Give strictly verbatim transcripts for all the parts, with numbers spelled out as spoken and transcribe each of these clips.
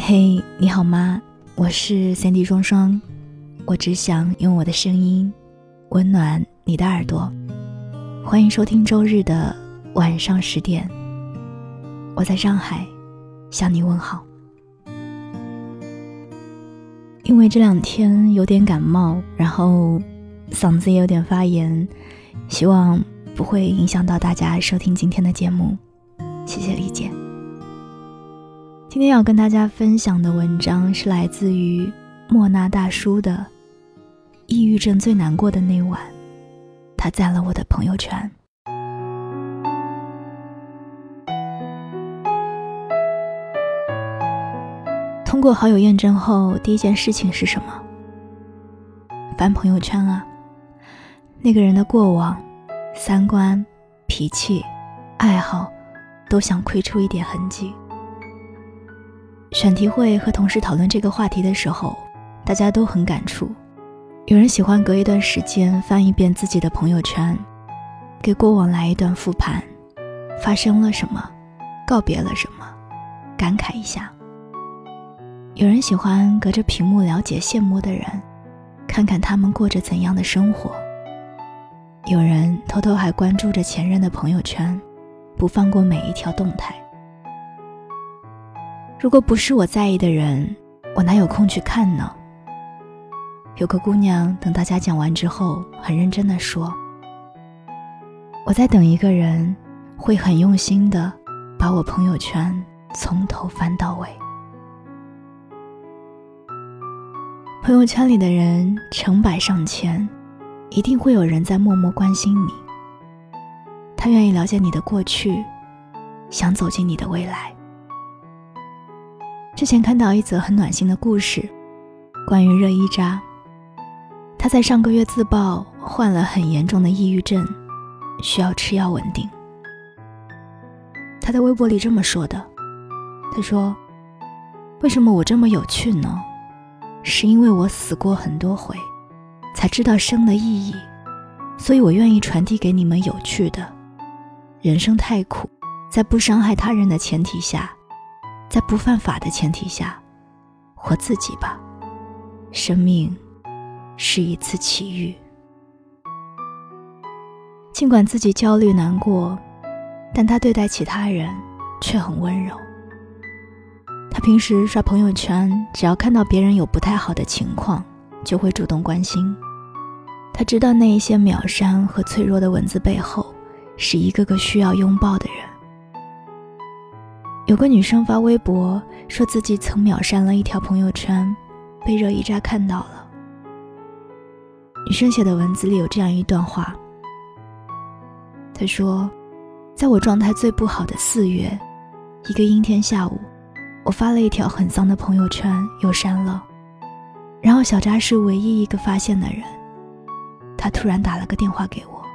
嘿，你好吗？我是三 D 双双，我只想用我的声音温暖你的耳朵。欢迎收听周日的晚上十点，我在上海向你问好。因为这两天有点感冒，然后嗓子也有点发炎，希望不会影响到大家收听今天的节目，谢谢理解。今天要跟大家分享的文章是来自于莫那大叔的《抑郁症最难过的那晚》，他赞了我的朋友圈。通过好友验证后，第一件事情是什么？翻朋友圈啊，那个人的过往、三观、脾气、爱好都想窥出一点痕迹。选题会和同事讨论这个话题的时候，大家都很感触。有人喜欢隔一段时间翻一遍自己的朋友圈，给过往来一段复盘，发生了什么，告别了什么，感慨一下。有人喜欢隔着屏幕了解羡慕的人，看看他们过着怎样的生活。有人偷偷还关注着前任的朋友圈，不放过每一条动态。如果不是我在意的人，我哪有空去看呢？有个姑娘等大家讲完之后很认真地说，我在等一个人会很用心地把我朋友圈从头翻到尾。朋友圈里的人成百上千，一定会有人在默默关心你，他愿意了解你的过去，想走进你的未来。之前看到一则很暖心的故事，关于热依扎。她在上个月自曝患了很严重的抑郁症，需要吃药稳定。她在微博里这么说的，她说，为什么我这么有趣呢？是因为我死过很多回，才知道生的意义，所以我愿意传递给你们有趣的。人生太苦，在不伤害他人的前提下，在不犯法的前提下，活自己吧。生命是一次奇遇。尽管自己焦虑难过，但他对待其他人却很温柔。他平时刷朋友圈，只要看到别人有不太好的情况，就会主动关心。他知道那一些秒删和脆弱的文字背后，是一个个需要拥抱的人。有个女生发微博说自己曾秒删了一条朋友圈，被热依扎看到了。女生写的文字里有这样一段话，她说，在我状态最不好的四月，一个阴天下午，我发了一条很脏的朋友圈，又删了。然后小扎是唯一一个发现的人，他突然打了个电话给我。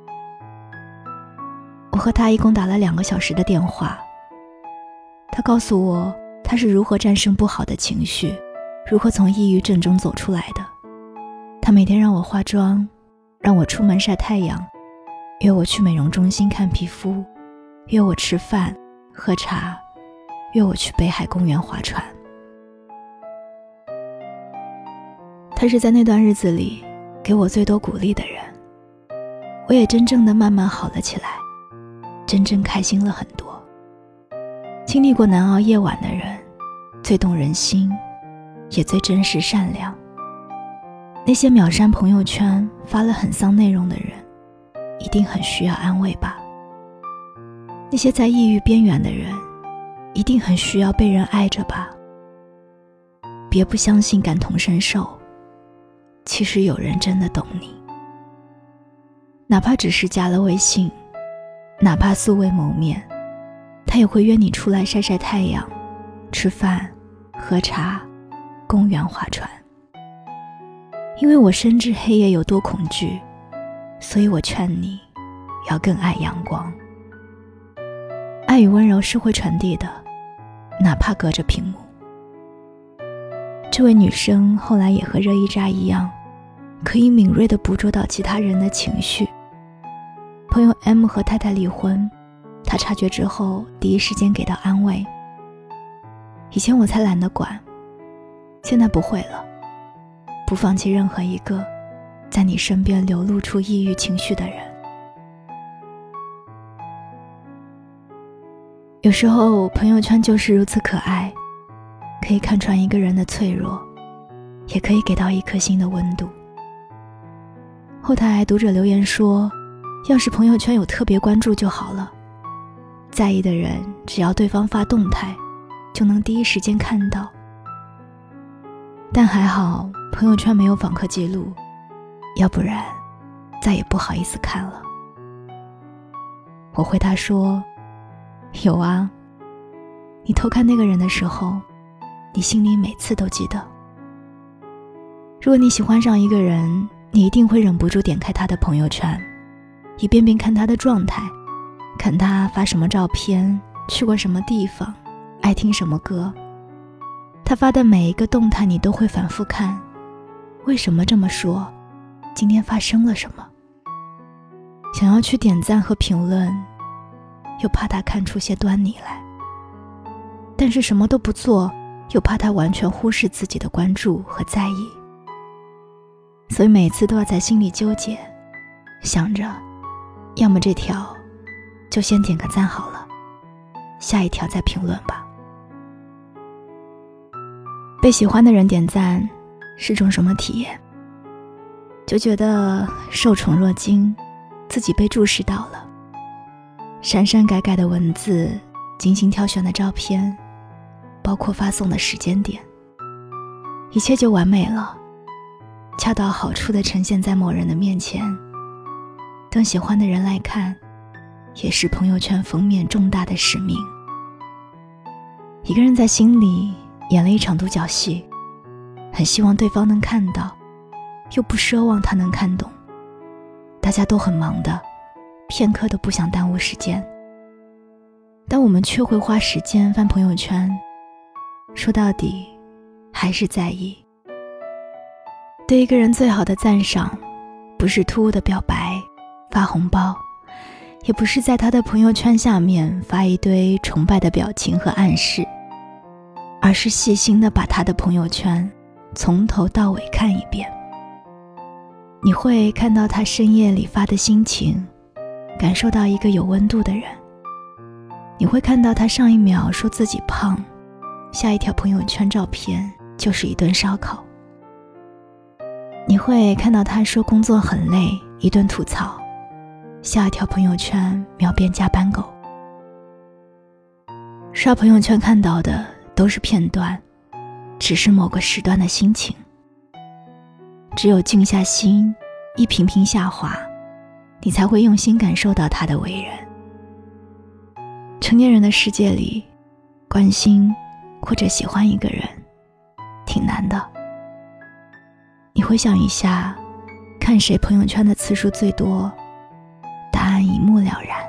我和他一共打了两个小时的电话，他告诉我他是如何战胜不好的情绪，如何从抑郁症中走出来的。他每天让我化妆，让我出门晒太阳，约我去美容中心看皮肤，约我吃饭喝茶，约我去北海公园划船。他是在那段日子里给我最多鼓励的人，我也真正的慢慢好了起来，真正开心了很多。经历过难熬夜晚的人，最动人心，也最真实善良。那些秒删朋友圈发了很丧内容的人，一定很需要安慰吧。那些在抑郁边缘的人，一定很需要被人爱着吧。别不相信感同身受，其实有人真的懂你。哪怕只是加了微信，哪怕素未谋面，他也会约你出来晒晒太阳，吃饭喝茶，公园划船。因为我深知黑夜有多恐惧，所以我劝你要更爱阳光。爱与温柔是会传递的，哪怕隔着屏幕。这位女生后来也和热依扎一样，可以敏锐地捕捉到其他人的情绪。朋友 M 和太太离婚，他察觉之后第一时间给到安慰。 以前我才懒得管，现在不会了，不放弃任何一个在你身边流露出抑郁情绪的人。有时候朋友圈就是如此可爱，可以看穿一个人的脆弱，也可以给到一颗心的温度。后台读者留言说，要是朋友圈有特别关注就好了，在意的人只要对方发动态就能第一时间看到。但还好朋友圈没有访客记录，要不然再也不好意思看了。我回答说，有啊，你偷看那个人的时候，你心里每次都记得。如果你喜欢上一个人，你一定会忍不住点开他的朋友圈，一遍遍看他的状态，看他发什么照片，去过什么地方，爱听什么歌。他发的每一个动态你都会反复看，为什么这么说？今天发生了什么？想要去点赞和评论，又怕他看出些端倪来，但是什么都不做，又怕他完全忽视自己的关注和在意。所以每次都要在心里纠结，想着要么这条就先点个赞好了，下一条再评论吧。被喜欢的人点赞是种什么体验？就觉得受宠若惊，自己被注视到了。删删改改的文字，精心挑选的照片，包括发送的时间点，一切就完美了，恰到好处地呈现在某人的面前。等喜欢的人来看，也是朋友圈封面重大的使命。一个人在心里演了一场独角戏，很希望对方能看到，又不奢望他能看懂。大家都很忙的，片刻都不想耽误时间，但我们却会花时间翻朋友圈，说到底还是在意。对一个人最好的赞赏，不是突兀的表白发红包，也不是在他的朋友圈下面发一堆崇拜的表情和暗示，而是细心地把他的朋友圈从头到尾看一遍。你会看到他深夜里发的心情，感受到一个有温度的人。你会看到他上一秒说自己胖，下一条朋友圈照片就是一顿烧烤。你会看到他说工作很累，一顿吐槽，下一条朋友圈秒变加班狗。刷朋友圈看到的都是片段，只是某个时段的心情。只有静下心，一频频下滑，你才会用心感受到他的为人。成年人的世界里，关心或者喜欢一个人挺难的。你回想一下，看谁朋友圈的次数最多，答案一目了然。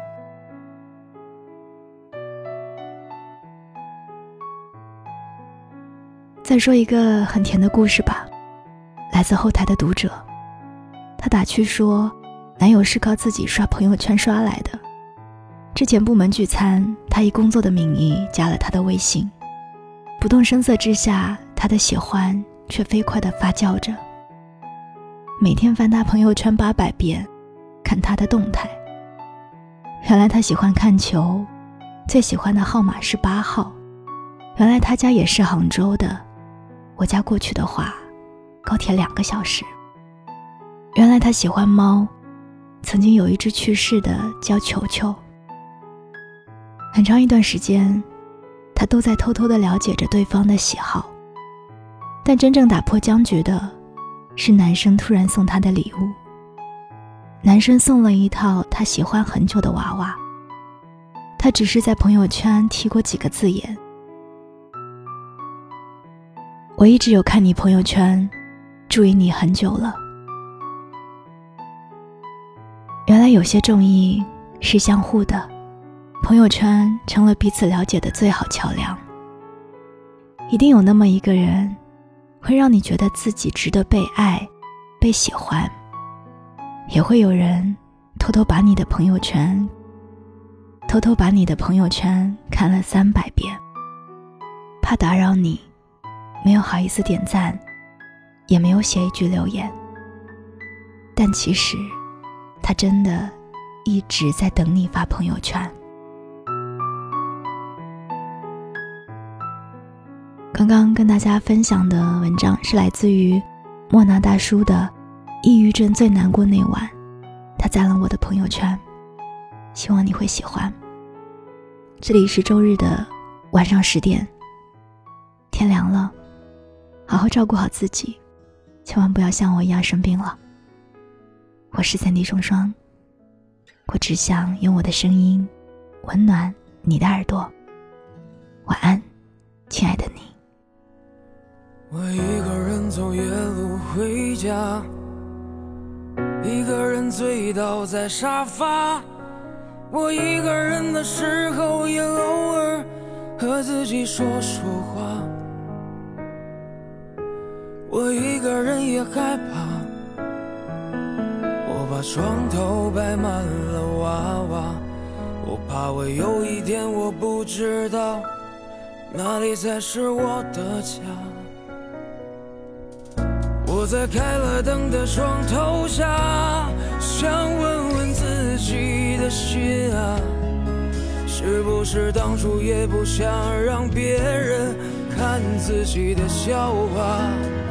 再说一个很甜的故事吧，来自后台的读者。他打趣说，男友是靠自己刷朋友圈刷来的。之前部门聚餐，他以工作的名义加了他的微信，不动声色之下，他的喜欢却飞快地发酵着。每天翻他朋友圈八百遍，看他的动态。原来他喜欢看球，最喜欢的号码是八号。原来他家也是杭州的，我家过去的话，高铁两个小时。原来他喜欢猫，曾经有一只去世的叫球球。很长一段时间，他都在偷偷地了解着对方的喜好，但真正打破僵局的是男生突然送他的礼物。男生送了一套他喜欢很久的娃娃，他只是在朋友圈提过几个字眼。我一直有看你朋友圈，注意你很久了。原来有些重意是相互的，朋友圈成了彼此了解的最好桥梁。一定有那么一个人，会让你觉得自己值得被爱、被喜欢。也会有人偷偷把你的朋友圈，偷偷把你的朋友圈看了三百遍， 怕打扰你，没有好意思点赞，也没有写一句留言。但其实他真的一直在等你发朋友圈。刚刚跟大家分享的文章是来自于莫那大叔的抑郁症最难过那晚，他赞了我的朋友圈，希望你会喜欢。这里是周日的晚上十点，天凉了，好好照顾好自己，千万不要像我一样生病了。我是三弟双双，我只想用我的声音温暖你的耳朵。晚安，亲爱的你。 我一个人走夜路回家，一个人醉倒在沙发。我一个人的时候也偶尔和自己说说话。我一个人也害怕，我把床头摆满了娃娃，我怕我有一天我不知道哪里才是我的家。我在开了灯的床头下，想问问自己的心啊，是不是当初也不想让别人看自己的笑话。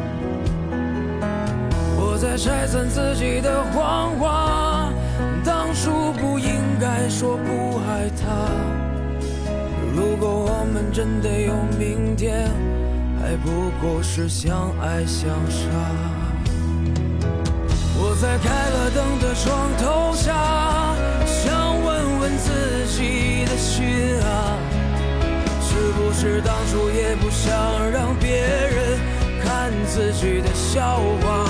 我在拆散自己的谎话，当初不应该说不爱他。如果我们真的有明天，还不过是相爱相杀。我在开了灯的床头下，想问问自己的心啊，是不是当初也不想让别人看自己的笑话。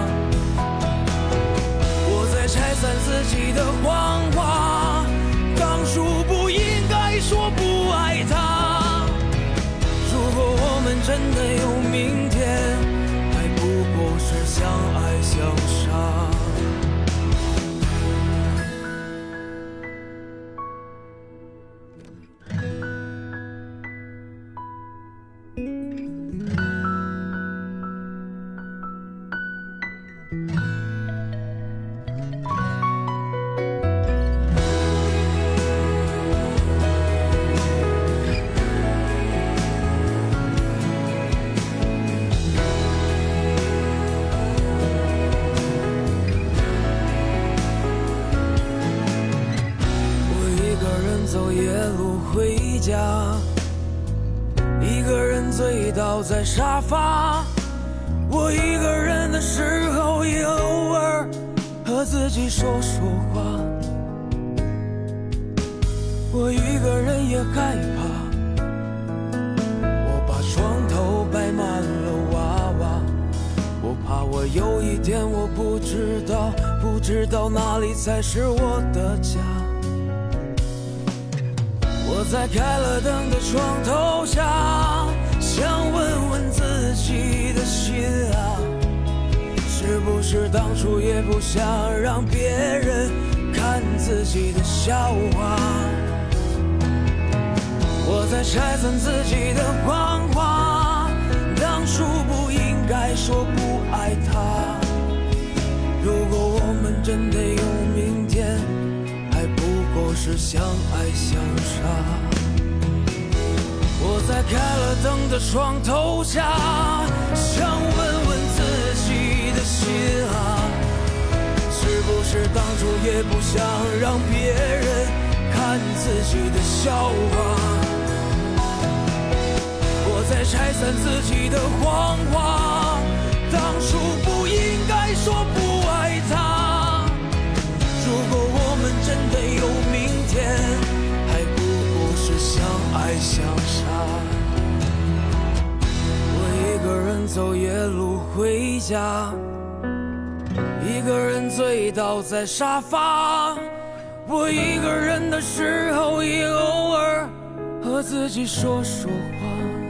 我在拆散自己的谎话，当初不应该说不爱他。如果我们真的有明天，还不过是相爱相杀。走夜路回家，一个人醉倒在沙发。我一个人的时候也偶尔和自己说说话。我一个人也害怕，我把床头摆满了娃娃，我怕我有一天我不知道不知道哪里才是我的家。我在开了灯的床头下，想问问自己的心啊，是不是当初也不想让别人看自己的笑话。我在拆散自己的谎话，当初不应该说不爱他。如果我们真的有明天，还不过是相爱相杀。我在开了灯的床头下，想问问自己的心啊，是不是当初也不想让别人看自己的笑话。我在拆散自己的谎话，当初不应该说不爱他。如果我们真的有明天，还不过是相爱相杀。我一个人走夜路回家，一个人醉倒在沙发。我一个人的时候也偶尔和自己说说话。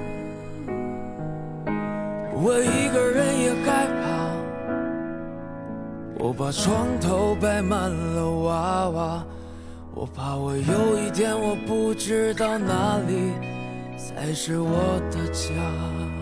我一个人也害怕，我把床头摆满了娃娃，我怕我有一天我不知道哪里才还是我的家。